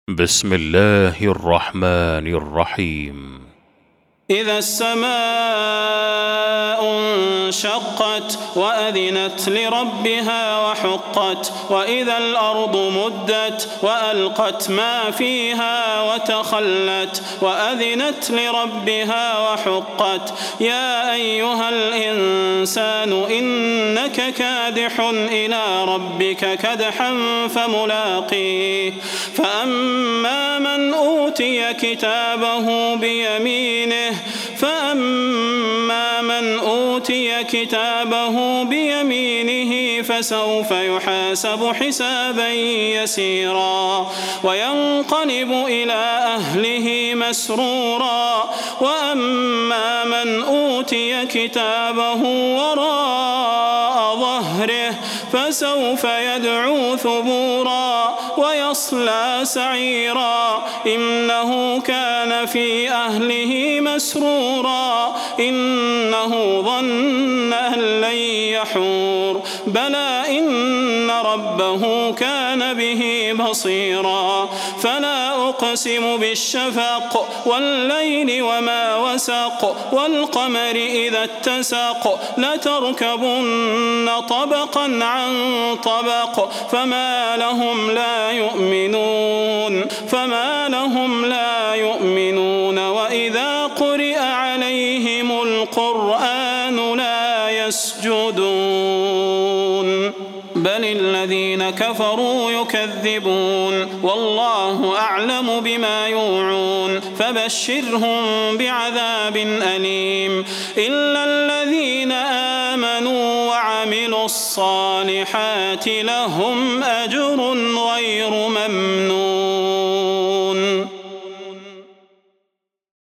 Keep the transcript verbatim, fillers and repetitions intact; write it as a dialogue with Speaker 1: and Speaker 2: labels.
Speaker 1: بسم الله الرحمن الرحيم.
Speaker 2: إذا السماء انشقت وأذنت لربها وحقت وإذا الأرض مدت وألقت ما فيها وتخلت وأذنت لربها وحقت يا أيها الإنسان إنك كادح إلى ربك كدحا فملاقيه فأما من أوتي كتابه بيمينه فأما من أوتي كتابه بيمينه فسوف يحاسب حسابا يسيرا وينقلب إلى أهله مسرورا وأما من أوتي كتابه وراء ظهره فسوف يدعو ثبورا ويصلى سعيرا إنه كان في أهله مسرورا إنه ظن أن لن يحور بلى إن ربه كان به بصيرا فلا أقسم بالشفق والليل وما وسق والقمر إذا اتسق لتركبن طبقا عن طبق فما لهم لا يؤمنون فما لهم لا يؤمنون وإذا قرئ عليهم القرآن لا يسجدون بل الذين كفروا يكذبون والله أعلم بما يوعون فبشرهم بعذاب أليم إلا الذين آمنوا وعملوا الصالحات لهم أجر غير ممنون.